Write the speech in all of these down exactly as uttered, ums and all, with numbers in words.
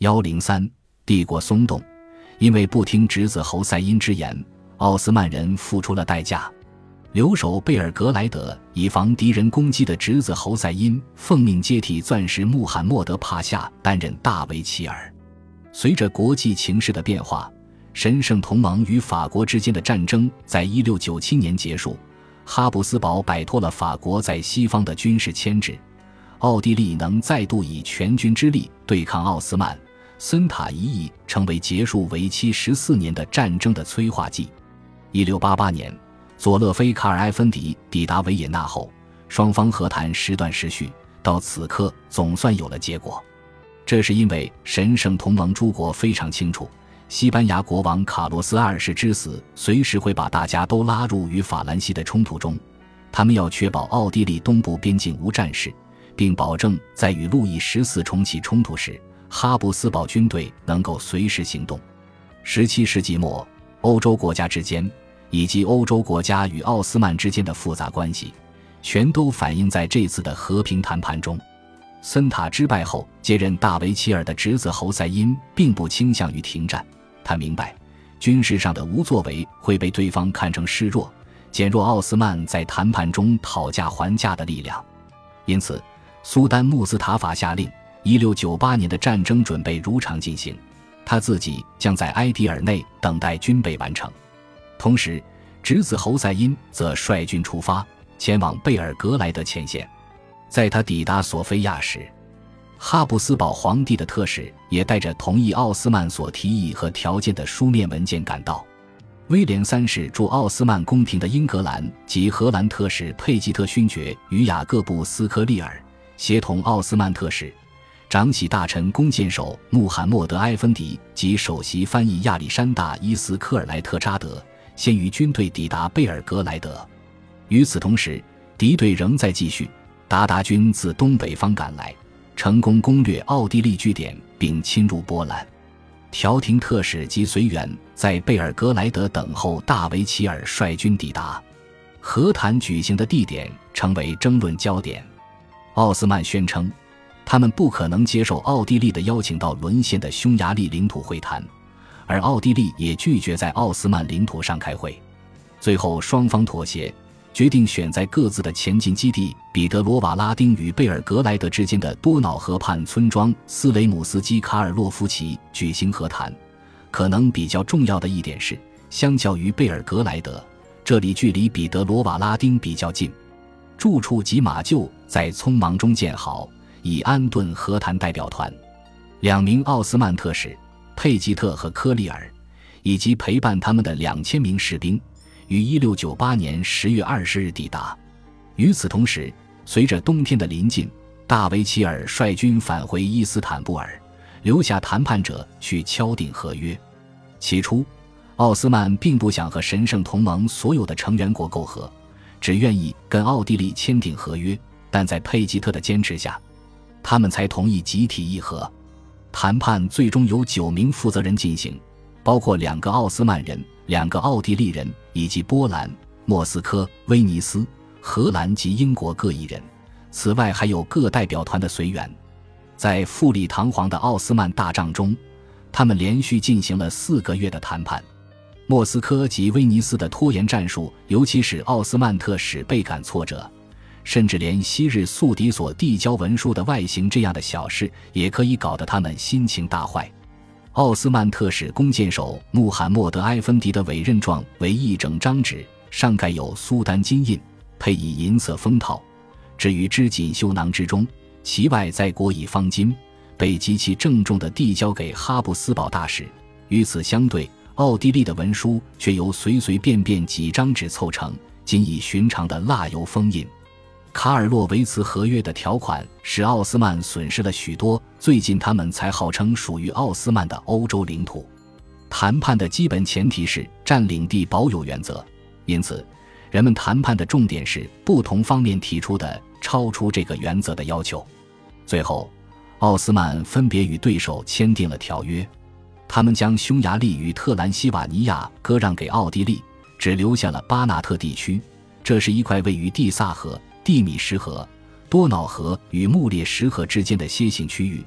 一零三帝国松动，因为不听侄子侯赛因之言，奥斯曼人付出了代价。留守贝尔格莱德以防敌人攻击的侄子侯赛因奉命接替钻石穆罕默德帕夏担任大维齐尔。随着国际情势的变化，神圣同盟与法国之间的战争在一六九七年结束，哈布斯堡摆脱了法国在西方的军事牵制，奥地利能再度以全军之力对抗奥斯曼，森塔一役成为结束为期十四年的战争的催化剂。一六八八年，佐勒菲卡尔埃芬迪抵达维也纳后，双方和谈时断时续，到此刻总算有了结果。这是因为神圣同盟诸国非常清楚，西班牙国王卡洛斯二世之死随时会把大家都拉入与法兰西的冲突中，他们要确保奥地利东部边境无战事，并保证在与路易十四重启冲突时，哈布斯堡军队能够随时行动。十七世纪末，欧洲国家之间以及欧洲国家与奥斯曼之间的复杂关系全都反映在这次的和平谈判中。森塔之败后接任大维齐尔的侄子侯赛因并不倾向于停战，他明白军事上的无作为会被对方看成示弱，减弱奥斯曼在谈判中讨价还价的力量。因此苏丹穆斯塔法下令一六九八年的战争准备如常进行，他自己将在埃迪尔内等待军备完成。同时侄子侯赛因则率军出发，前往贝尔格莱德前线。在他抵达索菲亚时，哈布斯堡皇帝的特使也带着同意奥斯曼所提议和条件的书面文件赶到。威廉三世驻奥斯曼宫廷的英格兰及荷兰特使佩吉特勋爵与雅各布斯科利尔协同奥斯曼特使、长喜大臣弓箭手穆罕默德埃芬迪及首席翻译亚历山大伊斯科尔莱特扎德先于军队抵达贝尔格莱德。与此同时，敌对仍在继续，鞑靼军自东北方赶来，成功攻略奥地利据点并侵入波兰。调停特使及随员在贝尔格莱德等候大维齐尔率军抵达，和谈举行的地点成为争论焦点。奥斯曼宣称他们不可能接受奥地利的邀请到沦陷的匈牙利领土会谈，而奥地利也拒绝在奥斯曼领土上开会。最后双方妥协，决定选在各自的前进基地彼得罗瓦拉丁与贝尔格莱德之间的多瑙河畔村庄斯雷姆斯基卡尔洛夫奇举行和谈。可能比较重要的一点是，相较于贝尔格莱德，这里距离彼得罗瓦拉丁比较近，住处及马厩在匆忙中建好，以安顿和谈代表团。两名奥斯曼特使佩吉特和科利尔以及陪伴他们的两千名士兵于一六九八年十月二十日抵达。与此同时，随着冬天的临近，大维齐尔率军返回伊斯坦布尔，留下谈判者去敲定合约。起初，奥斯曼并不想和神圣同盟所有的成员国媾和，只愿意跟奥地利签订合约，但在佩吉特的坚持下，他们才同意集体议和。谈判最终由九名负责人进行，包括两个奥斯曼人、两个奥地利人以及波兰、莫斯科、威尼斯、荷兰及英国各一人，此外还有各代表团的随员。在富丽堂皇的奥斯曼大帐中，他们连续进行了四个月的谈判。莫斯科及威尼斯的拖延战术尤其使奥斯曼特使倍感挫折，甚至连昔日宿敌所递交文书的外形这样的小事也可以搞得他们心情大坏。奥斯曼特使弓箭手穆罕默德埃芬迪的委任状为一整张纸，上盖有苏丹金印，配以银色封套，置于织锦绣囊之中，其外再裹以方巾，被极其郑重地递交给哈布斯堡大使。与此相对，奥地利的文书却由随随便便几张纸凑成，仅以寻常的蜡油封印。卡尔洛维茨合约的条款使奥斯曼损失了许多最近他们才号称属于奥斯曼的欧洲领土。谈判的基本前提是占领地保有原则，因此人们谈判的重点是不同方面提出的超出这个原则的要求。最后，奥斯曼分别与对手签订了条约，他们将匈牙利与特兰西瓦尼亚割让给奥地利，只留下了巴纳特地区，这是一块位于蒂萨河、蒂米什河、多瑙河与穆列什河之间的楔形区域，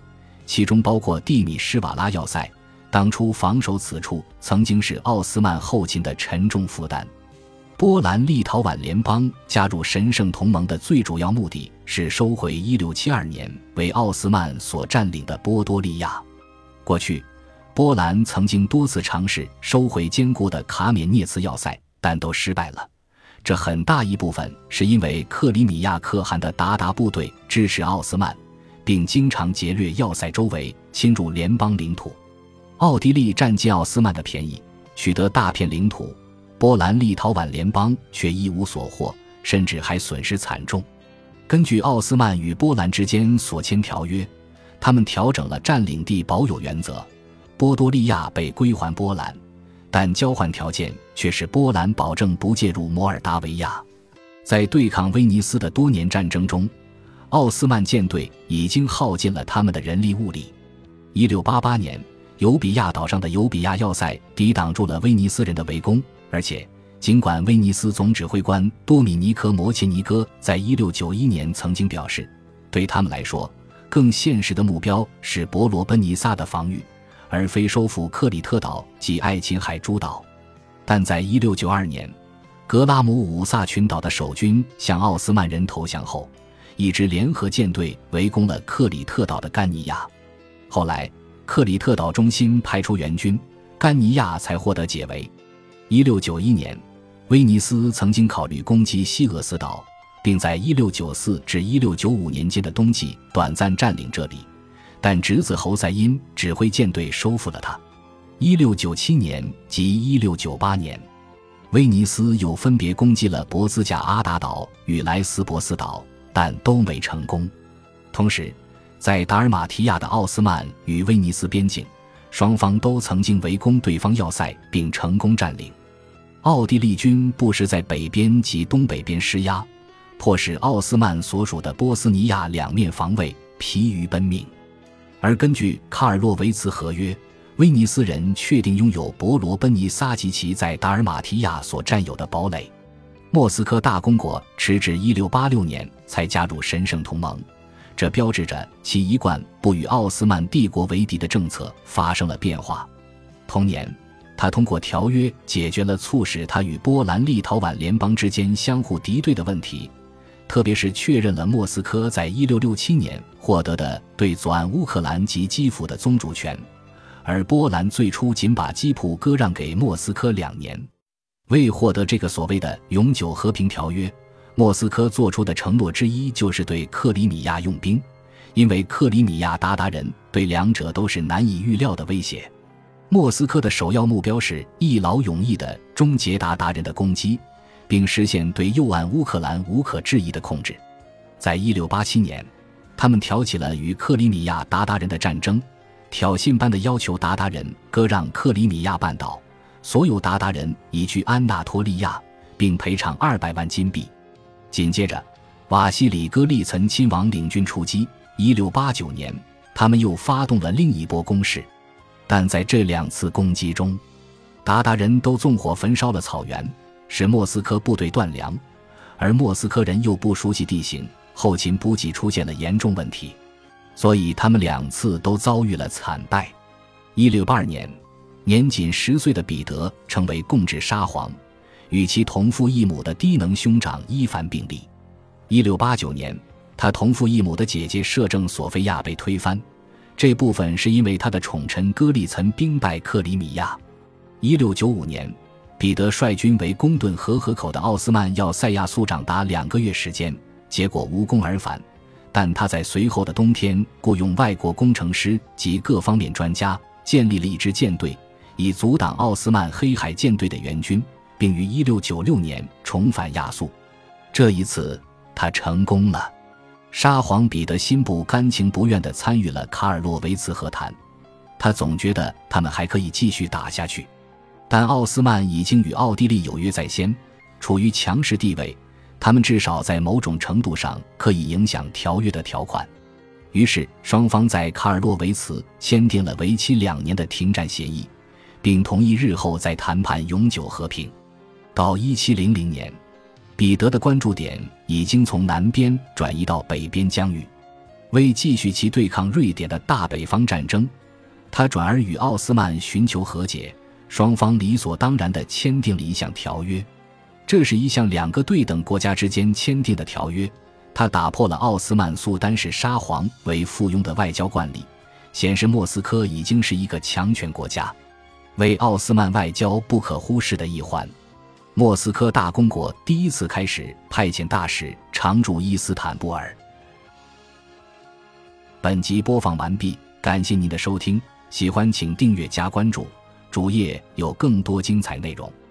其中包括蒂米施瓦拉要塞。当初防守此处曾经是奥斯曼后勤的沉重负担。波兰立陶宛联邦加入神圣同盟的最主要目的是收回一六七二年为奥斯曼所占领的波多利亚。过去，波兰曾经多次尝试收回坚固的卡缅涅茨要塞，但都失败了。这很大一部分是因为克里米亚可汗的鞑靼部队支持奥斯曼，并经常劫掠要塞周围，侵入联邦领土。奥地利占尽奥斯曼的便宜，取得大片领土，波兰立陶宛联邦却一无所获，甚至还损失惨重。根据奥斯曼与波兰之间所签条约，他们调整了占领地保有原则，波多利亚被归还波兰，但交换条件却是波兰保证不介入摩尔达维亚。在对抗威尼斯的多年战争中，奥斯曼舰队已经耗尽了他们的人力物力。一六八八年，尤比亚岛上的尤比亚要塞抵挡住了威尼斯人的围攻，而且尽管威尼斯总指挥官多米尼科·摩切尼哥在一六九一年曾经表示，对他们来说更现实的目标是伯罗奔尼撒的防御，而非收复克里特岛及爱琴海诸岛。但在一六九二年，格拉姆五萨群岛的守军向奥斯曼人投降后，一支联合舰队围攻了克里特岛的甘尼亚。后来克里特岛中心派出援军，甘尼亚才获得解围。一六九一年，威尼斯曾经考虑攻击西俄斯岛，并在一六九四至一六九五年间的冬季短暂占领这里，但侄子侯赛因指挥舰队收复了它。一六九七年及一六九八年，威尼斯又分别攻击了博兹贾阿达岛与莱斯博斯岛，但都没成功。同时，在达尔马提亚的奥斯曼与威尼斯边境，双方都曾经围攻对方要塞并成功占领。奥地利军不时在北边及东北边施压，迫使奥斯曼所属的波斯尼亚两面防卫疲于奔命。而根据卡尔洛维茨合约，威尼斯人确定拥有伯罗奔尼撒及其在达尔马提亚所占有的堡垒。莫斯科大公国迟至一六八六年才加入神圣同盟，这标志着其一贯不与奥斯曼帝国为敌的政策发生了变化。同年，他通过条约解决了促使他与波兰立陶宛联邦之间相互敌对的问题，特别是确认了莫斯科在一六六七年获得的对左岸乌克兰及基辅的宗主权，而波兰最初仅把基辅割让给莫斯科两年。为获得这个所谓的永久和平条约，莫斯科做出的承诺之一就是对克里米亚用兵，因为克里米亚鞑靼人对两者都是难以预料的威胁。莫斯科的首要目标是一劳永逸地终结鞑靼人的攻击，并实现对右岸乌克兰无可置疑的控制。在一六八七年，他们挑起了与克里米亚鞑靼人的战争，挑衅般地要求鞑靼人割让克里米亚半岛，所有鞑靼人移居安纳托利亚，并赔偿二百万金币。紧接着，瓦西里戈利岑亲王领军出击。一六八九年，他们又发动了另一波攻势，但在这两次攻击中，鞑靼人都纵火焚烧了草原，使莫斯科部队断粮，而莫斯科人又不熟悉地形，后勤补给出现了严重问题，所以他们两次都遭遇了惨败。一六八二年，年仅十岁的彼得成为共治沙皇，与其同父异母的低能兄长伊凡并立。一六八九年，他同父异母的姐姐摄政索菲亚被推翻，这部分是因为他的宠臣戈利岑兵败克里米亚。一六九五年，彼得率军围攻顿河河口的奥斯曼要塞亚速长达两个月时间，结果无功而返，但他在随后的冬天雇用外国工程师及各方面专家，建立了一支舰队，以阻挡奥斯曼黑海舰队的援军，并于一六九六年重返亚速。这一次他成功了。沙皇彼得心不甘情不愿地参与了卡尔洛维茨和谈，他总觉得他们还可以继续打下去，但奥斯曼已经与奥地利有约在先，处于强势地位，他们至少在某种程度上可以影响条约的条款。于是双方在卡尔洛维茨签订了为期两年的停战协议，并同意日后再谈判永久和平。到一七零零年，彼得的关注点已经从南边转移到北边疆域。 为继续其对抗瑞典的大北方战争，他转而与奥斯曼寻求和解，双方理所当然地签订了一项条约。这是一项两个对等国家之间签订的条约，它打破了奥斯曼苏丹视沙皇为附庸的外交惯例，显示莫斯科已经是一个强权国家，为奥斯曼外交不可忽视的一环。莫斯科大公国第一次开始派遣大使常驻伊斯坦布尔。本集播放完毕，感谢您的收听，喜欢请订阅加关注，主页有更多精彩内容。